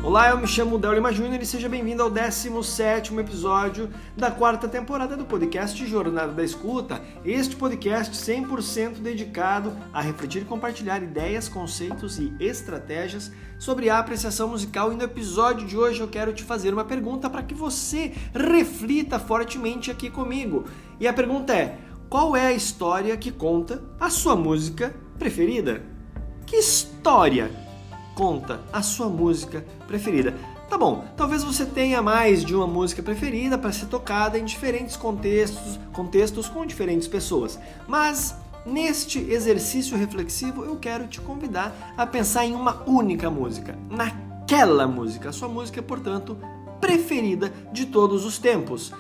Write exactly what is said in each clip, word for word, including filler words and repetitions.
Olá, eu me chamo Del Lima Júnior e seja bem-vindo ao décimo sétimo episódio da quarta temporada do podcast Jornada da Escuta. Este podcast cem por cento dedicado a refletir e compartilhar ideias, conceitos e estratégias sobre a apreciação musical. E no episódio de hoje eu quero te fazer uma pergunta para que você reflita fortemente aqui comigo. E a pergunta é: qual é a história que conta a sua música preferida? Que história conta a sua música preferida? Tá bom, talvez você tenha mais de uma música preferida para ser tocada em diferentes contextos, contextos com diferentes pessoas. Mas neste exercício reflexivo eu quero te convidar a pensar em uma única música, naquela música, a sua música, portanto, preferida de todos os tempos.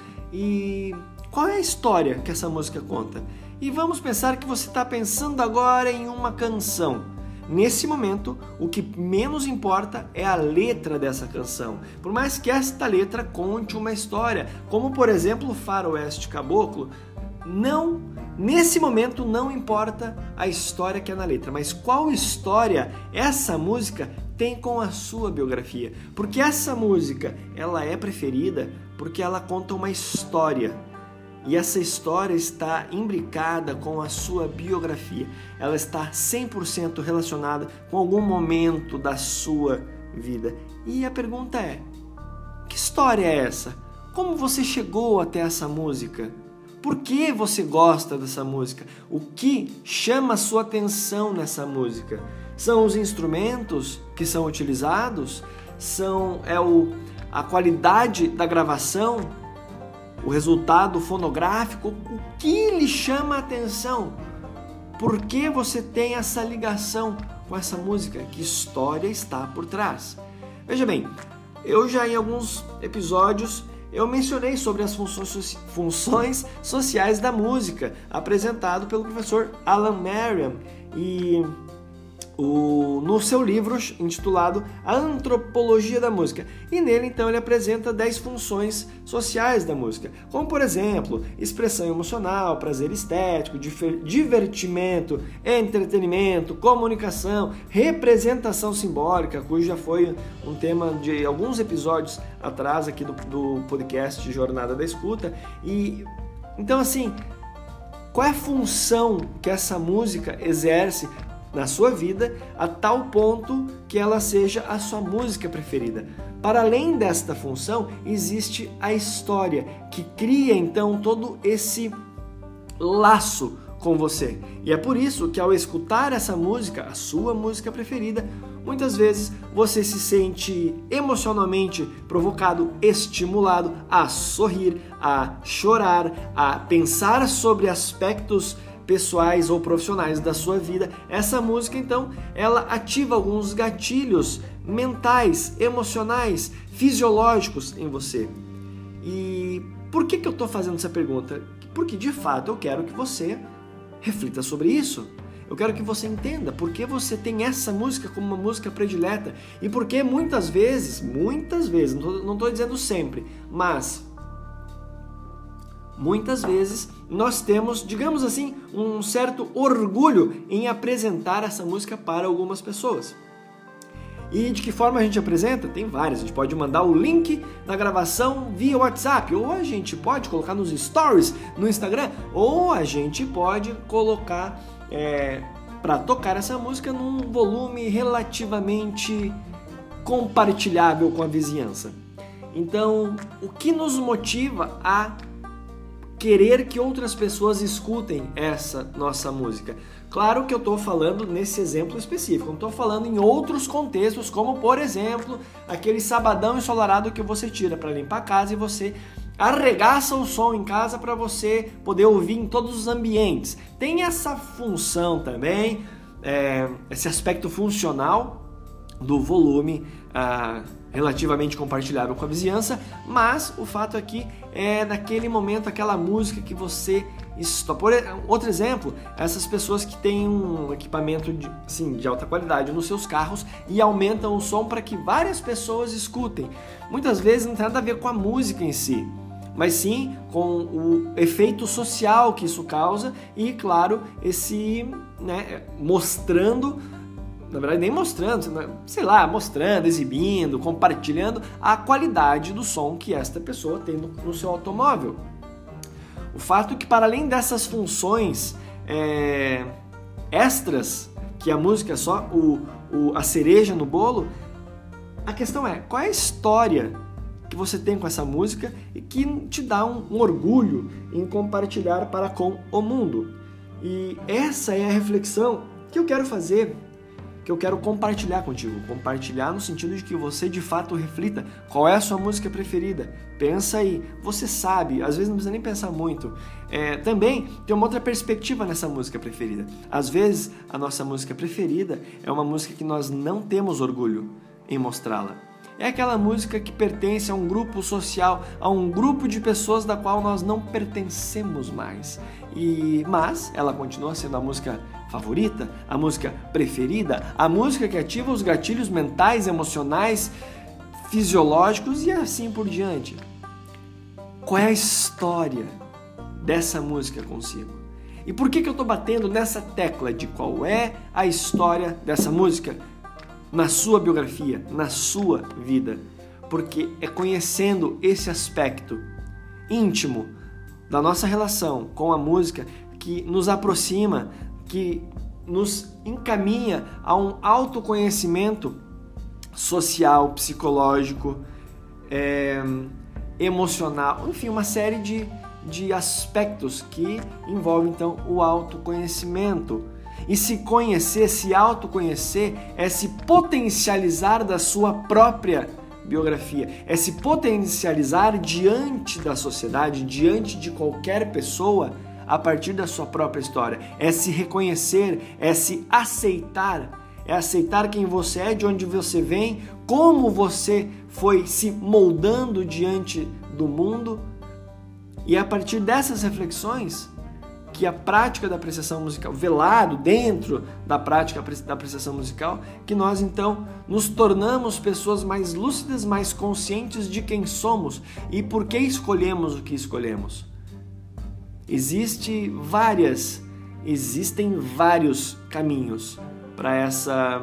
E qual é a história que essa música conta? E vamos pensar que você está pensando agora em uma canção. Nesse momento, o que menos importa é a letra dessa canção. Por mais que esta letra conte uma história, como por exemplo Faroeste Caboclo, não, nesse momento não importa a história que é na letra, mas qual história essa música tem com a sua biografia. Porque essa música, ela é preferida porque ela conta uma história. E essa história está imbricada com a sua biografia. Ela está cem por cento relacionada com algum momento da sua vida. E a pergunta é: que história é essa? Como você chegou até essa música? Por que você gosta dessa música? O que chama a sua atenção nessa música? São os instrumentos que são utilizados? São, é o, a qualidade da gravação? O resultado fonográfico? O que lhe chama a atenção? Por que você tem essa ligação com essa música? Que história está por trás? Veja bem, eu já em alguns episódios eu mencionei sobre as funções, funções sociais da música, apresentado pelo professor Alan Merriam e O, no seu livro intitulado A Antropologia da Música. E nele, então, ele apresenta dez funções sociais da música, como, por exemplo, expressão emocional, prazer estético, divertimento, entretenimento, comunicação, representação simbólica, cujo já foi um tema de alguns episódios atrás aqui do, do podcast Jornada da Escuta. E, então, assim, qual é a função que essa música exerce na sua vida, a tal ponto que ela seja a sua música preferida? Para além desta função, existe a história, que cria então todo esse laço com você. E é por isso que ao escutar essa música, a sua música preferida, muitas vezes você se sente emocionalmente provocado, estimulado a sorrir, a chorar, a pensar sobre aspectos pessoais ou profissionais da sua vida. Essa música, então, ela ativa alguns gatilhos mentais, emocionais, fisiológicos em você. E por que que eu estou fazendo essa pergunta? Porque, de fato, eu quero que você reflita sobre isso. Eu quero que você entenda por que você tem essa música como uma música predileta e por que muitas vezes, muitas vezes, não estou dizendo sempre, mas muitas vezes nós temos, digamos assim, um certo orgulho em apresentar essa música para algumas pessoas. E de que forma a gente apresenta? Tem várias. A gente pode mandar o link da gravação via WhatsApp, ou a gente pode colocar nos stories no Instagram, ou a gente pode colocar é, para tocar essa música num volume relativamente compartilhável com a vizinhança. Então, o que nos motiva a querer que outras pessoas escutem essa nossa música? Claro que eu estou falando nesse exemplo específico, não estou falando em outros contextos, como por exemplo, aquele sabadão ensolarado que você tira para limpar a casa e você arregaça o som em casa para você poder ouvir em todos os ambientes. Tem essa função também, é, esse aspecto funcional do volume ah, relativamente compartilhável com a vizinhança, mas o fato aqui é naquele momento aquela música que você está. Por outro exemplo, essas pessoas que têm um equipamento de, assim, de alta qualidade nos seus carros e aumentam o som para que várias pessoas escutem. Muitas vezes não tem nada a ver com a música em si, mas sim com o efeito social que isso causa e, claro, esse, né, mostrando na verdade nem mostrando, sei lá, mostrando, exibindo, compartilhando a qualidade do som que esta pessoa tem no, no seu automóvel. O fato é que, para além dessas funções é, extras, que a música é só o, o, a cereja no bolo, a questão é, qual é a história que você tem com essa música e que te dá um, um orgulho em compartilhar para com o mundo? E essa é a reflexão que eu quero fazer, que eu quero compartilhar contigo. Compartilhar no sentido de que você de fato reflita qual é a sua música preferida. Pensa aí, você sabe, às vezes não precisa nem pensar muito. É, também tem uma outra perspectiva nessa música preferida. Às vezes a nossa música preferida é uma música que nós não temos orgulho em mostrá-la. É aquela música que pertence a um grupo social, a um grupo de pessoas da qual nós não pertencemos mais. E, mas ela continua sendo a música favorita, a música preferida, a música que ativa os gatilhos mentais, emocionais, fisiológicos e assim por diante. Qual é a história dessa música consigo? E por que que eu estou batendo nessa tecla de qual é a história dessa música na sua biografia, na sua vida? Porque é conhecendo esse aspecto íntimo da nossa relação com a música que nos aproxima, que nos encaminha a um autoconhecimento social, psicológico, é, emocional, enfim, uma série de, de aspectos que envolvem então o autoconhecimento. E se conhecer, se autoconhecer, é se potencializar da sua própria biografia, é se potencializar diante da sociedade, diante de qualquer pessoa, a partir da sua própria história. É se reconhecer, é se aceitar, é aceitar quem você é, de onde você vem, como você foi se moldando diante do mundo. E é a partir dessas reflexões que a prática da apreciação musical, velado dentro da prática da apreciação musical, que nós então nos tornamos pessoas mais lúcidas, mais conscientes de quem somos e por que escolhemos o que escolhemos. Existe várias, existem vários caminhos para essa,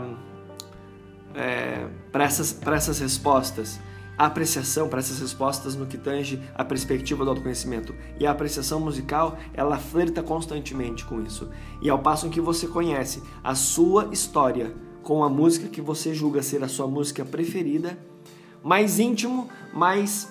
é, para essas, para essas respostas. A apreciação para essas respostas no que tange a perspectiva do autoconhecimento. E a apreciação musical, ela flerta constantemente com isso. E ao passo em que você conhece a sua história com a música que você julga ser a sua música preferida, mais íntimo, mais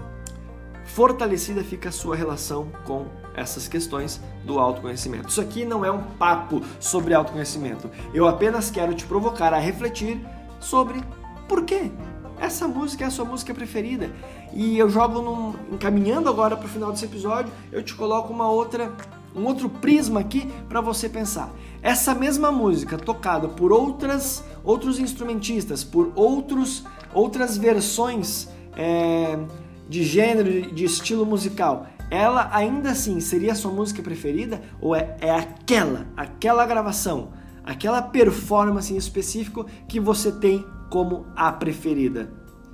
fortalecida fica a sua relação com essas questões do autoconhecimento. Isso aqui não é um papo sobre autoconhecimento. Eu apenas quero te provocar a refletir sobre por quê essa música é a sua música preferida. E eu jogo num, encaminhando agora para o final desse episódio, eu te coloco uma outra, um outro prisma aqui para você pensar. Essa mesma música tocada por outras, outros instrumentistas, por outros, outras versões é, de gênero, de estilo musical, ela ainda assim seria a sua música preferida? Ou é, é aquela, aquela gravação, aquela performance em específico que você tem como a preferida?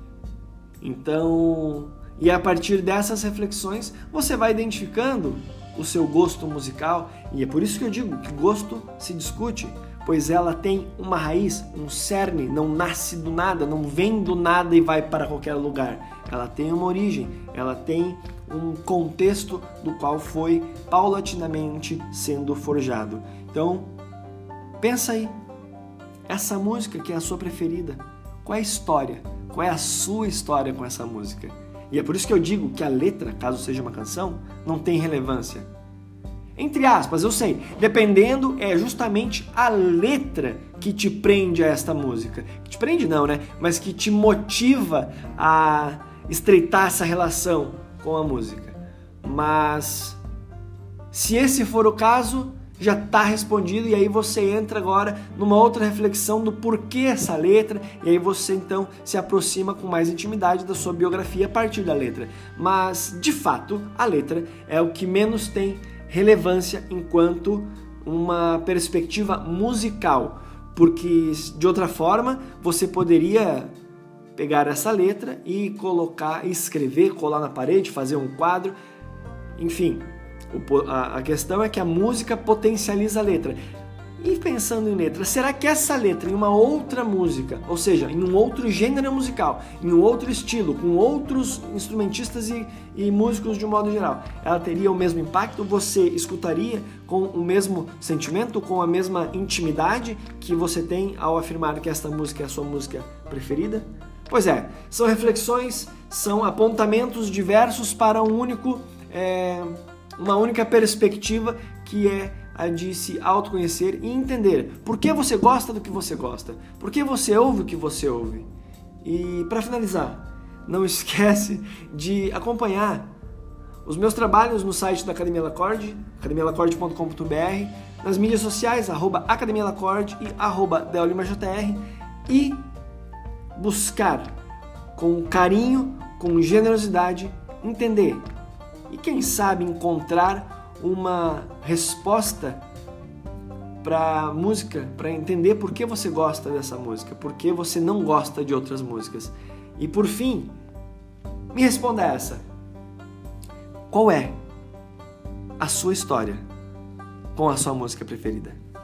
Então, e a partir dessas reflexões, você vai identificando o seu gosto musical, e é por isso que eu digo que gosto se discute, pois ela tem uma raiz, um cerne, não nasce do nada, não vem do nada e vai para qualquer lugar. Ela tem uma origem, ela tem um contexto do qual foi paulatinamente sendo forjado. Então, pensa aí, essa música que é a sua preferida, qual é a história? Qual é a sua história com essa música? E é por isso que eu digo que a letra, caso seja uma canção, não tem relevância. Entre aspas, eu sei, dependendo, é justamente a letra que te prende a esta música. Te prende não, né? Mas que te motiva a estreitar essa relação com a música. Mas se esse for o caso, já está respondido, e aí você entra agora numa outra reflexão do porquê essa letra, e aí você então se aproxima com mais intimidade da sua biografia a partir da letra. Mas, de fato, a letra é o que menos tem relevância enquanto uma perspectiva musical, porque de outra forma você poderia pegar essa letra e colocar, escrever, colar na parede, fazer um quadro, enfim. A questão é que a música potencializa a letra. E pensando em letra, será que essa letra em uma outra música, ou seja, em um outro gênero musical, em um outro estilo, com outros instrumentistas e, e músicos de um modo geral, ela teria o mesmo impacto? Você escutaria com o mesmo sentimento, com a mesma intimidade que você tem ao afirmar que esta música é a sua música preferida? Pois é, são reflexões, são apontamentos diversos para um único, é, uma única perspectiva, que é a de se autoconhecer e entender por que você gosta do que você gosta, por que você ouve o que você ouve. E para finalizar, não esquece de acompanhar os meus trabalhos no site da Academia Lacorde, academia lacorde ponto com ponto b r, nas mídias sociais, arroba Academia Lacorde e arroba deolimajr, e buscar com carinho, com generosidade, entender e quem sabe encontrar uma resposta para a música, para entender por que você gosta dessa música, por que você não gosta de outras músicas. E por fim, me responda essa: qual é a sua história com a sua música preferida?